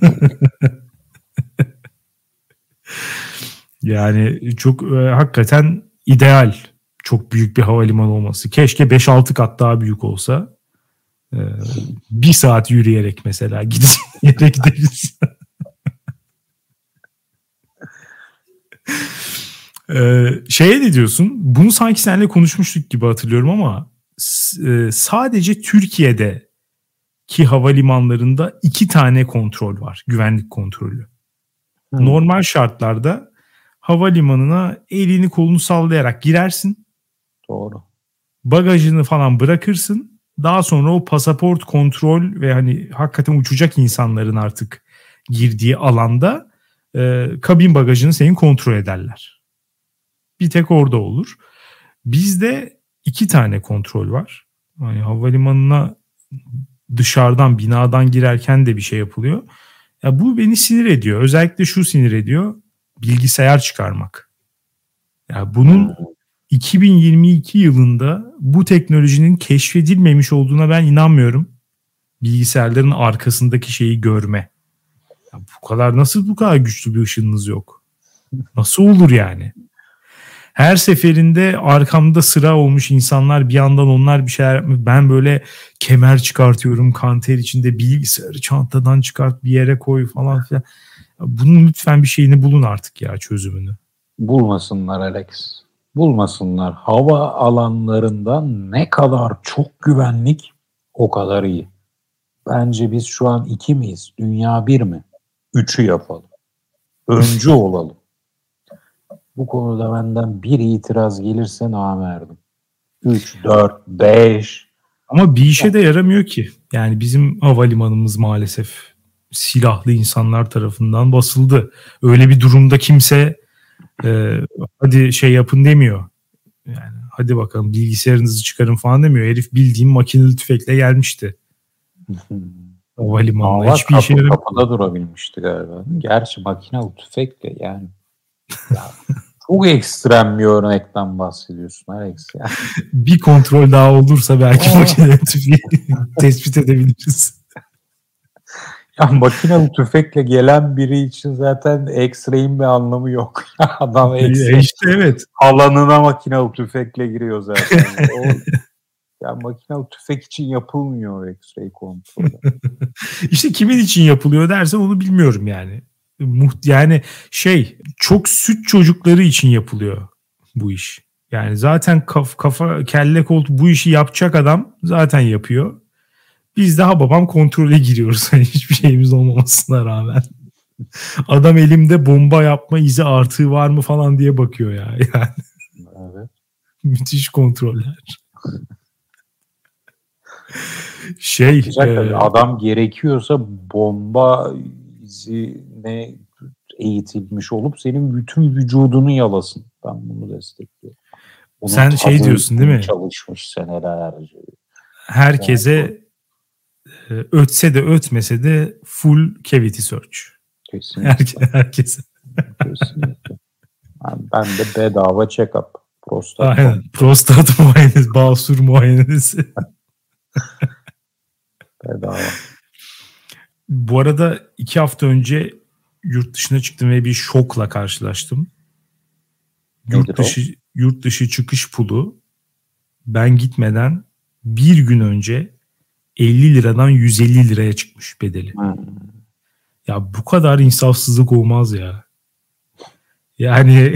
Yani çok e, hakikaten ideal. Çok büyük bir havalimanı olması. Keşke beş altı kat daha büyük olsa. E, bir saat yürüyerek mesela gidip gideriz. Ee, şeye ne diyorsun? Bunu sanki seninle konuşmuştuk gibi hatırlıyorum ama e, sadece Türkiye'deki havalimanlarında iki tane kontrol var. Güvenlik kontrolü. Hmm. Normal şartlarda havalimanına elini kolunu sallayarak girersin. Doğru. Bagajını falan bırakırsın. Daha sonra o pasaport kontrol ve hani hakikaten uçacak insanların artık girdiği alanda e, kabin bagajını senin kontrol ederler. Bir tek orada olur. Bizde iki tane kontrol var. Yani havalimanına dışarıdan, binadan girerken de bir şey yapılıyor. Ya bu beni sinir ediyor. Özellikle şu sinir ediyor. Bilgisayar çıkarmak. Ya bunun iki bin yirmi iki yılında bu teknolojinin keşfedilmemiş olduğuna ben inanmıyorum. Bilgisayarların arkasındaki şeyi görme. Ya bu kadar nasıl bu kadar güçlü bir ışınınız yok? Nasıl olur yani? Her seferinde arkamda sıra olmuş insanlar bir yandan onlar bir şeyler yapmış. Ben böyle kemer çıkartıyorum, kanter içinde bilgisayarı çantadan çıkart bir yere koy falan filan. Bunun lütfen bir şeyini bulun artık ya, çözümünü. Bulmasınlar Alex. Bulmasınlar. Hava alanlarından ne kadar çok güvenlik o kadar iyi. Bence biz şu an iki miyiz? Dünya bir mi? Üçü yapalım. Öncü olalım. Bu konuda benden bir itiraz gelirse namerdim. üç, dört, beş. Ama bir işe de yaramıyor ki. Yani bizim havalimanımız maalesef silahlı insanlar tarafından basıldı. Öyle bir durumda kimse e, hadi şey yapın demiyor. Yani hadi bakalım bilgisayarınızı çıkarın falan demiyor. Herif bildiğim makineli tüfekle gelmişti. Havalimanına hiçbir kapı, işe yaramıyor. Kapıda durabilmişti galiba. Gerçi makinalı tüfekle yani. Ya, çok ekstrem bir örnekten bahsediyorsun Alex. Yani. Bir kontrol daha olursa belki makineli tüfeği tespit edebiliriz. Ya makinalı tüfekle gelen biri için zaten X-ray'in bir anlamı yok. Adam X-ray işte evet. alanına makinalı tüfekle giriyor zaten. O, yani makinalı tüfek için yapılmıyor o X-ray kontrolü. İşte kimin için yapılıyor dersen onu bilmiyorum yani. Yani şey, çok süt çocukları için yapılıyor bu iş. Yani zaten kaf, kafa kelle koltuk bu işi yapacak adam zaten yapıyor. Biz daha babam kontrole giriyoruz. Yani hiçbir şeyimiz olmamasına rağmen. Adam elimde bomba yapma izi artığı var mı falan diye bakıyor ya. Yani. Evet. Müthiş kontroller. Şey e... adam gerekiyorsa bomba izine eğitilmiş olup senin bütün vücudunu yalasın. Ben bunu destekliyorum. Onun sen şey diyorsun değil mi? Çalışmış senelerce. Herkese yani, ötse de ötmese de full cavity search. Kesinlikle. Herkese. herkese. Kesinlikle. Yani ben de bedava check-up. Prostat. Aynen. Prostat muayenesi, basur muayenesi. Bedava. Bu arada iki hafta önce yurt dışına çıktım ve bir şokla karşılaştım. Yurt dışı, yurt dışı çıkış pulu ben gitmeden bir gün önce elli liradan yüz elli liraya çıkmış bedeli. Hmm. Ya bu kadar insafsızlık olmaz ya. Yani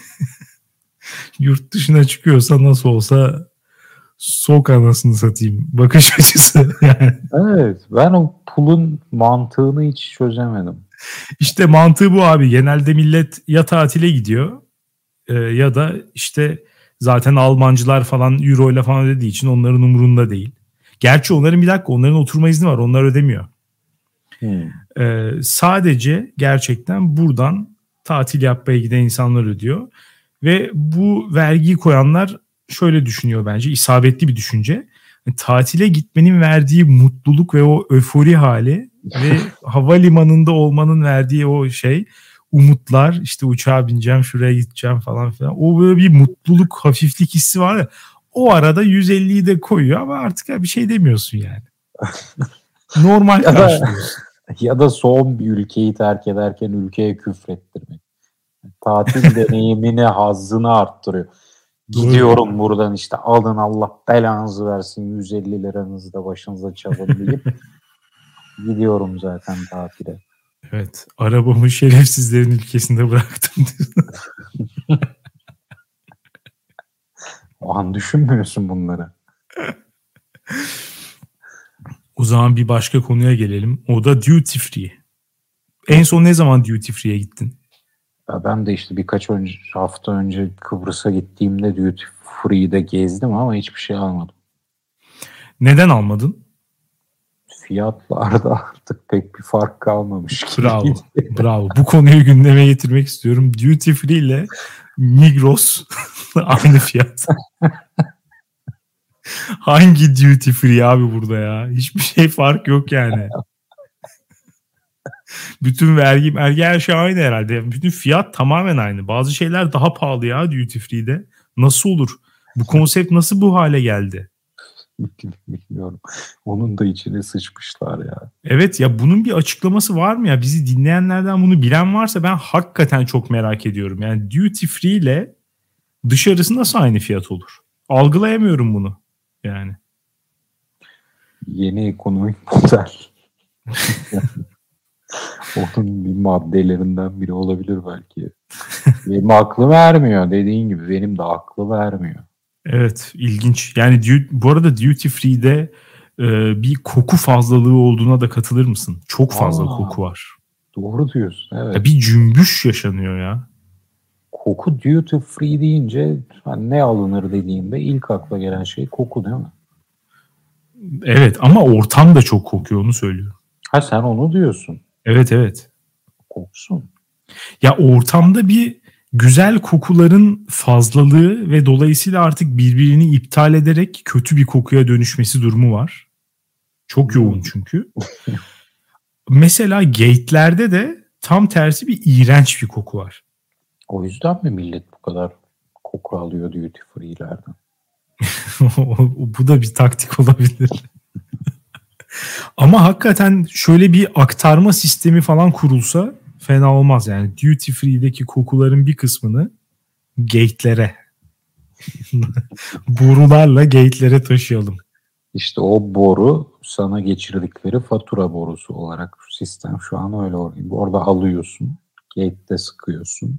yurt dışına çıkıyorsa nasıl olsa sok anasını satayım. Bakış açısı yani. Evet, ben o pulun mantığını hiç çözemedim. İşte mantığı bu abi. Genelde millet ya tatile gidiyor e, ya da işte zaten Almancılar falan euro ile falan ödediği için onların umurunda değil. Gerçi onların bir dakika onların oturma izni var. Onlar ödemiyor. Hmm. E, sadece gerçekten buradan tatil yapmaya giden insanlar ödüyor. Ve bu vergiyi koyanlar şöyle düşünüyor bence. İsabetli bir düşünce. Yani tatile gitmenin verdiği mutluluk ve o öfori hali ve havalimanında olmanın verdiği o şey, umutlar, işte uçağa bineceğim, şuraya gideceğim falan filan. O böyle bir mutluluk, hafiflik hissi var ya. O arada yüz elliyi de koyuyor ama artık bir şey demiyorsun yani. Normal karşılıyorsun. Ya da son bir ülkeyi terk ederken ülkeye küfrettirmek. Tatil deneyimini, hazzını arttırıyor. Gidiyorum Doğru. buradan işte, alın Allah belanızı versin, yüz elli liranızı da başınıza çalın deyip gidiyorum zaten tatile. Evet, arabamı şerefsizlerin ülkesinde bıraktım. O an düşünmüyorsun bunları. O zaman bir başka konuya gelelim. O da duty free. En son ne zaman duty free'ye gittin? Ya ben de işte birkaç önce, hafta önce Kıbrıs'a gittiğimde duty free'de gezdim ama hiçbir şey almadım. Neden almadın? Fiyatlarda artık pek bir fark kalmamış. Bravo. Bravo. Bu konuyu gündeme getirmek istiyorum. Duty free ile Migros aynı fiyat. Hangi duty free abi burada ya? Hiçbir şey fark yok yani. Bütün vergi, vergi her şey aynı herhalde. Bütün fiyat tamamen aynı. Bazı şeyler daha pahalı ya duty free'de. Nasıl olur? Bu konsept nasıl bu hale geldi? Bilmiyorum. Onun da içine sıçmışlar ya. Evet ya, bunun bir açıklaması var mı ya? Bizi dinleyenlerden bunu bilen varsa ben hakikaten çok merak ediyorum. Yani duty free ile dışarısı nasıl aynı fiyat olur? Algılayamıyorum bunu yani. Yeni ekonomik model. Onun bir maddelerinden biri olabilir belki. Benim aklı vermiyor dediğin gibi. Benim de aklı vermiyor. Evet, ilginç. Yani bu arada duty free'de e, bir koku fazlalığı olduğuna da katılır mısın? Çok fazla Aa, koku var. Doğru diyorsun. Evet. Ya bir cümbüş yaşanıyor ya. Koku duty free deyince hani ne alınır dediğinde ilk akla gelen şey koku değil mi? Evet ama ortam da çok kokuyor, onu söylüyor. Ha sen onu diyorsun. Evet evet. Koksun. Ya ortamda bir güzel kokuların fazlalığı ve dolayısıyla artık birbirini iptal ederek kötü bir kokuya dönüşmesi durumu var. Çok yoğun çünkü. Mesela gate'lerde de tam tersi bir iğrenç bir koku var. O yüzden mi millet bu kadar koku alıyor duty free'lerden? Bu da bir taktik olabilir. Ama hakikaten şöyle bir aktarma sistemi falan kurulsa fena olmaz yani. Duty free'deki kokuların bir kısmını gate'lere borularla gate'lere taşıyalım. İşte o boru sana geçirdikleri fatura borusu olarak sistem şu an öyle oluyor. Orada alıyorsun, gate'de sıkıyorsun.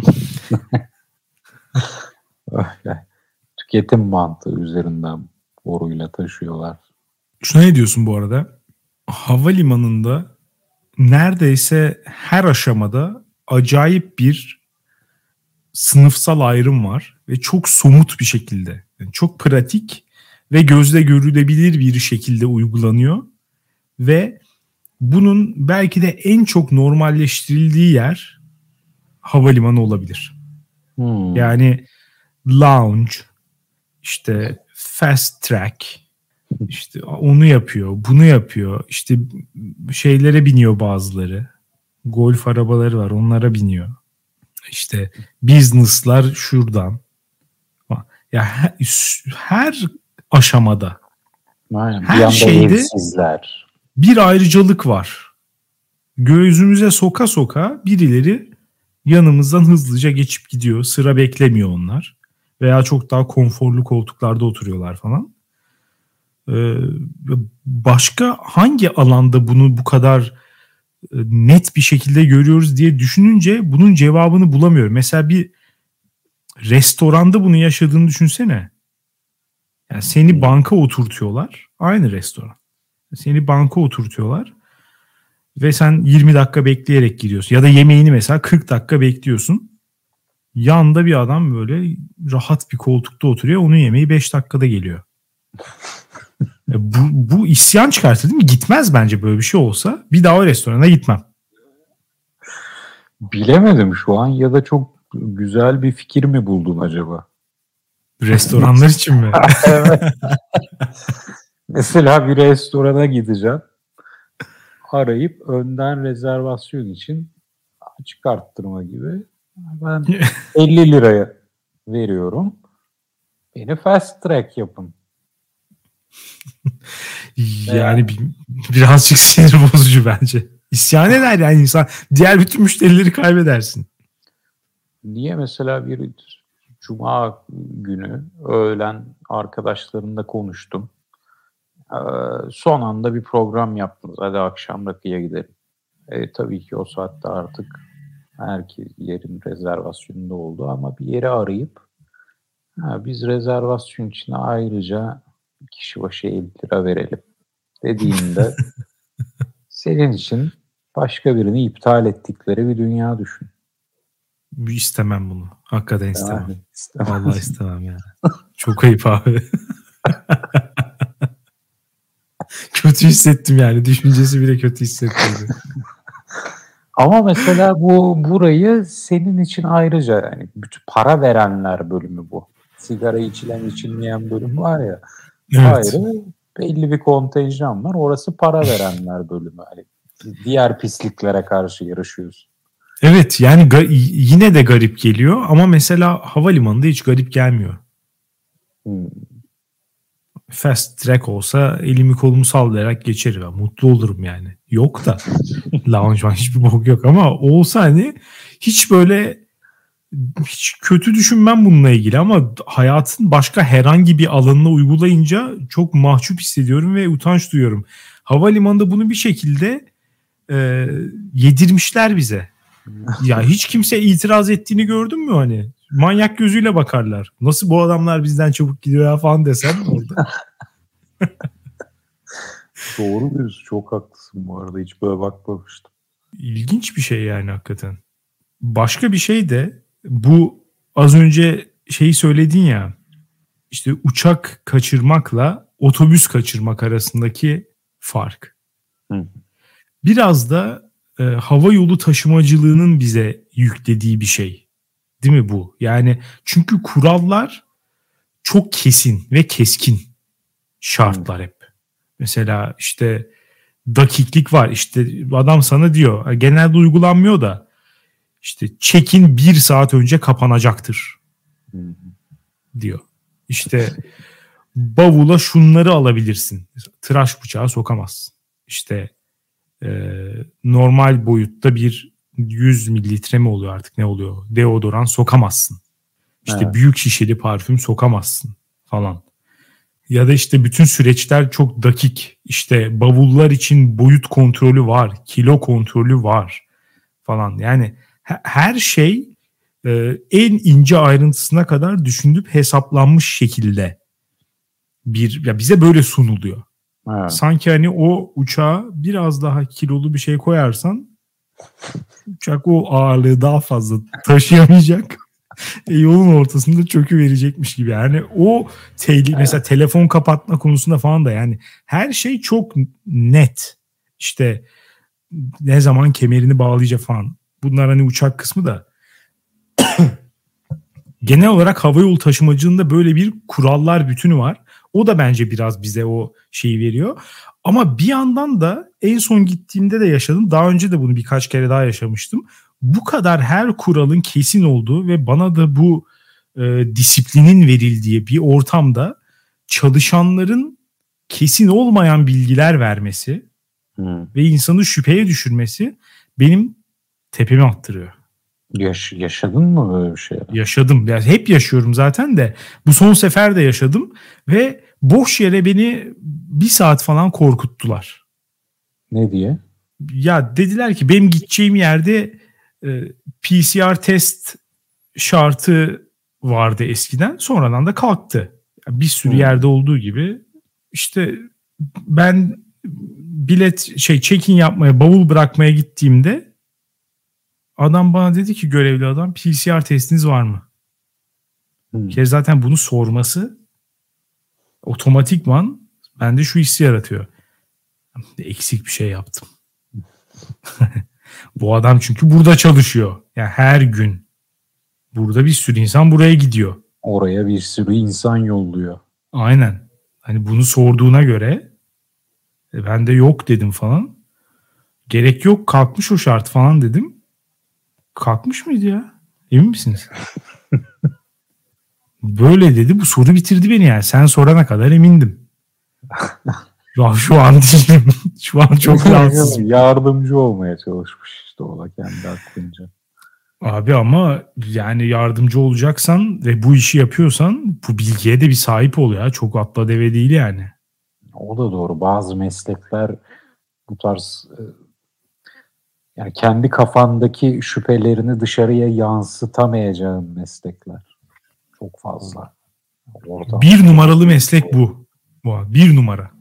Öyle. Tüketim mantığı üzerinden boruyla taşıyorlar. Şuna ne diyorsun bu arada? Havalimanında neredeyse her aşamada acayip bir sınıfsal ayrım var ve çok somut bir şekilde, yani çok pratik ve gözle görülebilir bir şekilde uygulanıyor ve bunun belki de en çok normalleştirildiği yer havalimanı olabilir. Hmm. Yani lounge, işte fast track, işte onu yapıyor, bunu yapıyor, işte şeylere biniyor bazıları. Golf arabaları var, onlara biniyor. İşte business'lar şuradan. Ya her, her aşamada, Aynen. her bir şeyde evsizler. Bir ayrıcalık var. Gözümüze soka soka birileri yanımızdan hızlıca geçip gidiyor. Sıra beklemiyor onlar. Veya çok daha konforlu koltuklarda oturuyorlar falan. Ee, başka hangi alanda bunu bu kadar net bir şekilde görüyoruz diye düşününce bunun cevabını bulamıyorum. Mesela bir restoranda bunu yaşadığını düşünsene. Yani seni banka oturtuyorlar. Aynı restoran. Seni banka oturtuyorlar. Ve sen yirmi dakika bekleyerek gidiyorsun. Ya da yemeğini mesela kırk dakika bekliyorsun. Yanında bir adam böyle rahat bir koltukta oturuyor. Onun yemeği beş dakikada geliyor. bu, bu isyan çıkartır değil mi? Gitmez bence böyle bir şey olsa. Bir daha o restorana gitmem. Bilemedim şu an, ya da çok güzel bir fikir mi buldun acaba? Restoranlar için mi? Evet. Mesela bir restorana gideceğim. Arayıp önden rezervasyon için açık arttırma gibi. Ben elli liraya veriyorum. Beni fast track yapın. Yani bir, birazcık sinir bozucu bence. İsyan eder yani insan. Diğer bütün müşterileri kaybedersin. Niye mesela bir cuma günü öğlen arkadaşlarımla konuştum. Ee, son anda bir program yaptınız. Hadi akşam rakıya gidelim. E, tabii ki o saatte artık herkes yerin rezervasyonunda oldu ama bir yeri arayıp ha, biz rezervasyon için ayrıca kişi başı elli lira verelim dediğinde senin için başka birini iptal ettikleri bir dünya düşün. İstemem bunu. Hakikaten istemem. Yani, istemem. Vallahi istemem yani. Çok ayıp abi. Kötü hissettim yani. Düşüncesi bile kötü hissettim. Ama mesela bu burayı senin için ayrıca yani bütün para verenler bölümü bu. Sigara içilen içilmeyen bölüm var ya. Evet. Ayrı belli bir kontenjan var. Orası para verenler bölümü. Yani diğer pisliklere karşı yarışıyoruz. Evet yani ga- yine de garip geliyor ama mesela havalimanında hiç garip gelmiyor. Hmm. Fast track olsa elimi kolumu sallayarak geçerim. Ben mutlu olurum yani. Yok da lounge var hiçbir bok yok ama olsa hani hiç böyle hiç kötü düşünmem bununla ilgili ama hayatın başka herhangi bir alanına uygulayınca çok mahcup hissediyorum ve utanç duyuyorum. Havalimanında bunu bir şekilde e, yedirmişler bize. Ya hiç kimse itiraz ettiğini gördün mü hani? Manyak gözüyle bakarlar. Nasıl bu adamlar bizden çabuk gidiyor ya falan desem orada. Doğru diyorsun. Çok haklısın bu arada. Hiç böyle bakmamıştım. İlginç bir şey yani hakikaten. Başka bir şey de bu az önce şeyi söyledin ya işte uçak kaçırmakla otobüs kaçırmak arasındaki fark. Hı. Biraz da e, hava yolu taşımacılığının bize yüklediği bir şey. Değil mi bu? Yani çünkü kurallar çok kesin ve keskin şartlar hep. Mesela işte dakiklik var. İşte adam sana diyor genelde uygulanmıyor da işte check-in bir saat önce kapanacaktır diyor. İşte bavula şunları alabilirsin. Tıraş bıçağı sokamazsın. İşte e, normal boyutta bir yüz mililitre mi oluyor artık ne oluyor? Deodoran sokamazsın. İşte evet. Büyük şişeli parfüm sokamazsın falan. Ya da işte bütün süreçler çok dakik. İşte bavullar için boyut kontrolü var, kilo kontrolü var falan. Yani her şey e, en ince ayrıntısına kadar düşünülüp hesaplanmış şekilde bir ya bize böyle sunuluyor. Evet. Sanki hani o uçağa biraz daha kilolu bir şey koyarsan uçak o ağırlığı daha fazla taşıyamayacak. E, yolun ortasında çökü verecekmiş gibi. Yani o te- mesela telefon kapatma konusunda falan da yani her şey çok net. İşte ne zaman kemerini bağlayacak falan. Bunlar hani uçak kısmı da genel olarak havayolu taşımacılığında böyle bir kurallar bütünü var. O da bence biraz bize o şeyi veriyor. Ama bir yandan da en son gittiğimde de yaşadım. Daha önce de bunu birkaç kere daha yaşamıştım. Bu kadar her kuralın kesin olduğu ve bana da bu e, disiplinin verildiği bir ortamda çalışanların kesin olmayan bilgiler vermesi hmm. ve insanı şüpheye düşürmesi benim tepemi attırıyor. Yaş- yaşadın mı böyle bir şey? Yaşadım. Yani hep yaşıyorum zaten de. Bu son sefer de yaşadım ve boş yere beni bir saat falan korkuttular. Ne diye? Ya dediler ki benim gideceğim yerde e, P C R test şartı vardı eskiden. Sonradan da kalktı. Yani bir sürü hmm. yerde olduğu gibi işte ben bilet şey check-in yapmaya, bavul bırakmaya gittiğimde adam bana dedi ki görevli adam P C R testiniz var mı? Hmm. Bir kere zaten bunu sorması otomatikman bende şu hissi yaratıyor. Eksik bir şey yaptım. Bu adam çünkü burada çalışıyor. Yani her gün burada bir sürü insan buraya gidiyor. Oraya bir sürü insan yolluyor. Aynen. Hani bunu sorduğuna göre e, ben de yok dedim falan. Gerek yok, kalkmış o şart falan dedim. Kalkmış mıydı ya? Emin misiniz? Böyle dedi. Bu soru bitirdi beni yani. Sen sorana kadar emindim. Ya şu an değilim. Şu an çok rahatsızım. Yardımcı olmaya çalışmış işte o da kendi aklınca. Abi ama yani yardımcı olacaksan ve bu işi yapıyorsan bu bilgiye de bir sahip ol ya. Çok atla deve değil yani. O da doğru. Bazı meslekler bu tarz yani kendi kafandaki şüphelerini dışarıya yansıtamayacağın meslekler. Çok fazla. Oradan bir numaralı meslek bu. bu. Bir numara.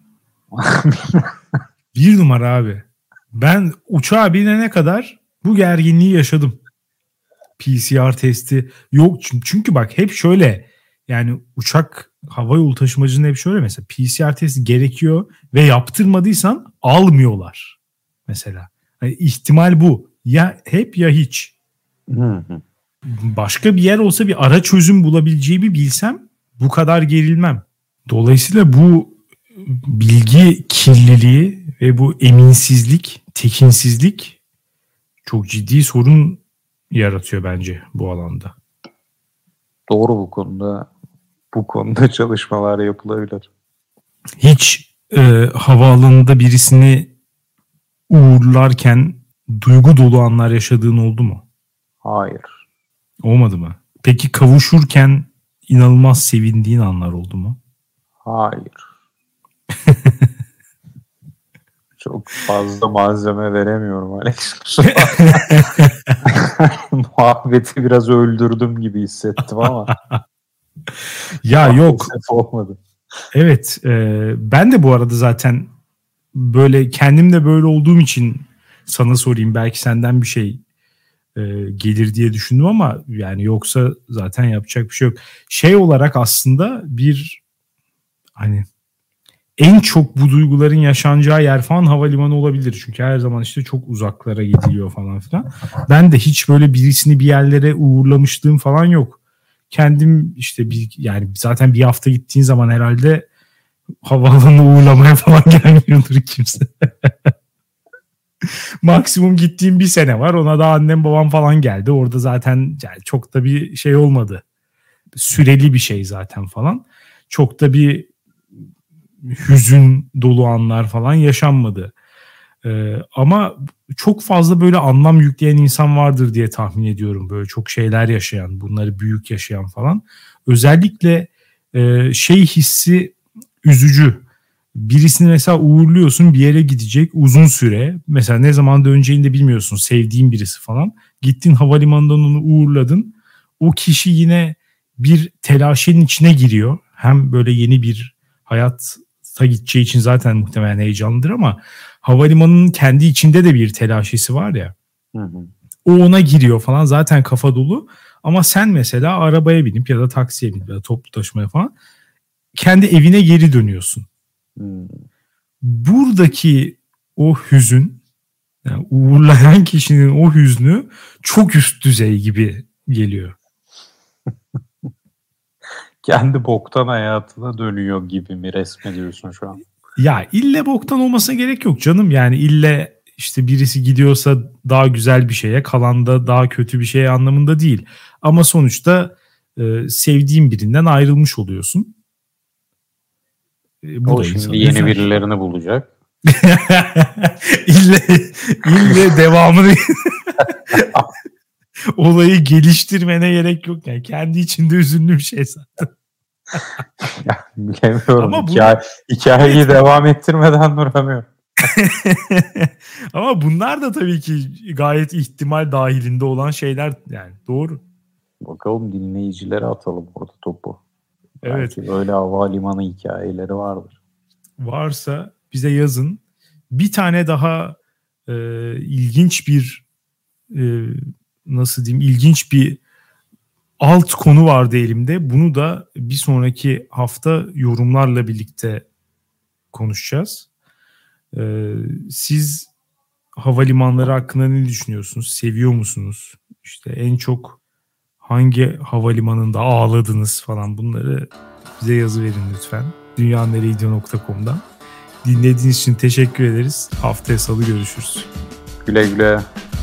Bir numara abi. Ben uçağa binene kadar bu gerginliği yaşadım. P C R testi yok. Çünkü bak hep şöyle yani uçak hava yolu taşımacının hep şöyle mesela P C R testi gerekiyor ve yaptırmadıysan almıyorlar. Mesela. Yani ihtimal bu. Ya hep ya hiç. Başka bir yer olsa bir ara çözüm bulabileceğimi bilsem bu kadar gerilmem. Dolayısıyla bu bilgi kirliliği ve bu eminsizlik, tekinsizlik çok ciddi sorun yaratıyor bence bu alanda. Doğru bu konuda. Bu konuda çalışmalar yapılabilir. Hiç e, havaalanında birisini uğurlarken duygu dolu anlar yaşadığın oldu mu? Hayır. Olmadı mı? Peki kavuşurken inanılmaz sevindiğin anlar oldu mu? Hayır. Çok fazla malzeme veremiyorum Alex. Muhabbeti biraz öldürdüm gibi hissettim ama. Ya yok. Olmadı. Evet. E, ben de bu arada zaten böyle kendimle böyle olduğum için sana sorayım. Belki senden bir şey e, gelir diye düşündüm ama yani yoksa zaten yapacak bir şey yok. Şey olarak aslında bir hani en çok bu duyguların yaşanacağı yer falan havalimanı olabilir. Çünkü her zaman işte çok uzaklara gidiliyor falan filan. Ben de hiç böyle birisini bir yerlere uğurlamışlığım falan yok. Kendim işte bir yani zaten bir hafta gittiğin zaman herhalde havaalanına uğurlamaya falan gelmiyordur kimse. Maksimum gittiğim bir sene var. Ona da annem babam falan geldi. Orada zaten yani çok da bir şey olmadı. Süreli bir şey zaten falan. Çok da bir hüzün dolu anlar falan yaşanmadı. Ee, ama çok fazla böyle anlam yükleyen insan vardır diye tahmin ediyorum. Böyle çok şeyler yaşayan, bunları büyük yaşayan falan. Özellikle e, şey hissi üzücü. Birisini mesela uğurluyorsun, bir yere gidecek uzun süre. Mesela ne zaman döneceğini de bilmiyorsun. Sevdiğin birisi falan. Gittin havalimanından onu uğurladın. O kişi yine bir telaşın içine giriyor. Hem böyle yeni bir hayata gideceği için zaten muhtemelen heyecanlıdır ama havalimanının kendi içinde de bir telaşesi var ya. Hı hı. O ona giriyor falan, zaten kafa dolu. Ama sen mesela arabaya binip ya da taksiye binip ya da toplu taşımaya falan kendi evine geri dönüyorsun. Hmm. Buradaki o hüzün, yani uğurlayan kişinin o hüznü çok üst düzey gibi geliyor. Kendi boktan hayatına dönüyor gibi mi resmediyorsun şu an? Ya ille boktan olmasına gerek yok canım. Yani ille işte birisi gidiyorsa daha güzel bir şeye, kalan da daha kötü bir şeye anlamında değil. Ama sonuçta e, sevdiğin birinden ayrılmış oluyorsun. E, bu O da şimdi insanı yeni üzer. birilerini bulacak. ille, ille devamını olayı geliştirmene gerek yok. Yani kendi içinde üzünlü bir şey zaten. Ya, bilemiyorum. Ama bu- Hikaye, hikayeyi devam ettirmeden duramıyorum. Ama bunlar da tabii ki gayet ihtimal dahilinde olan şeyler, yani doğru. Bakalım dinleyicilere atalım orada topu. Evet. Belki böyle havalimanı hikayeleri vardır. Varsa bize yazın. Bir tane daha e, ilginç bir e, nasıl diyeyim ilginç bir alt konu vardı elimde. Bunu da bir sonraki hafta yorumlarla birlikte konuşacağız. E, siz havalimanları hakkında ne düşünüyorsunuz? Seviyor musunuz? İşte en çok hangi havalimanında ağladınız falan, bunları bize yazı verin lütfen. dünyanereydiyor nokta com'dan. Dinlediğiniz için teşekkür ederiz. Haftaya salı görüşürüz. Güle güle.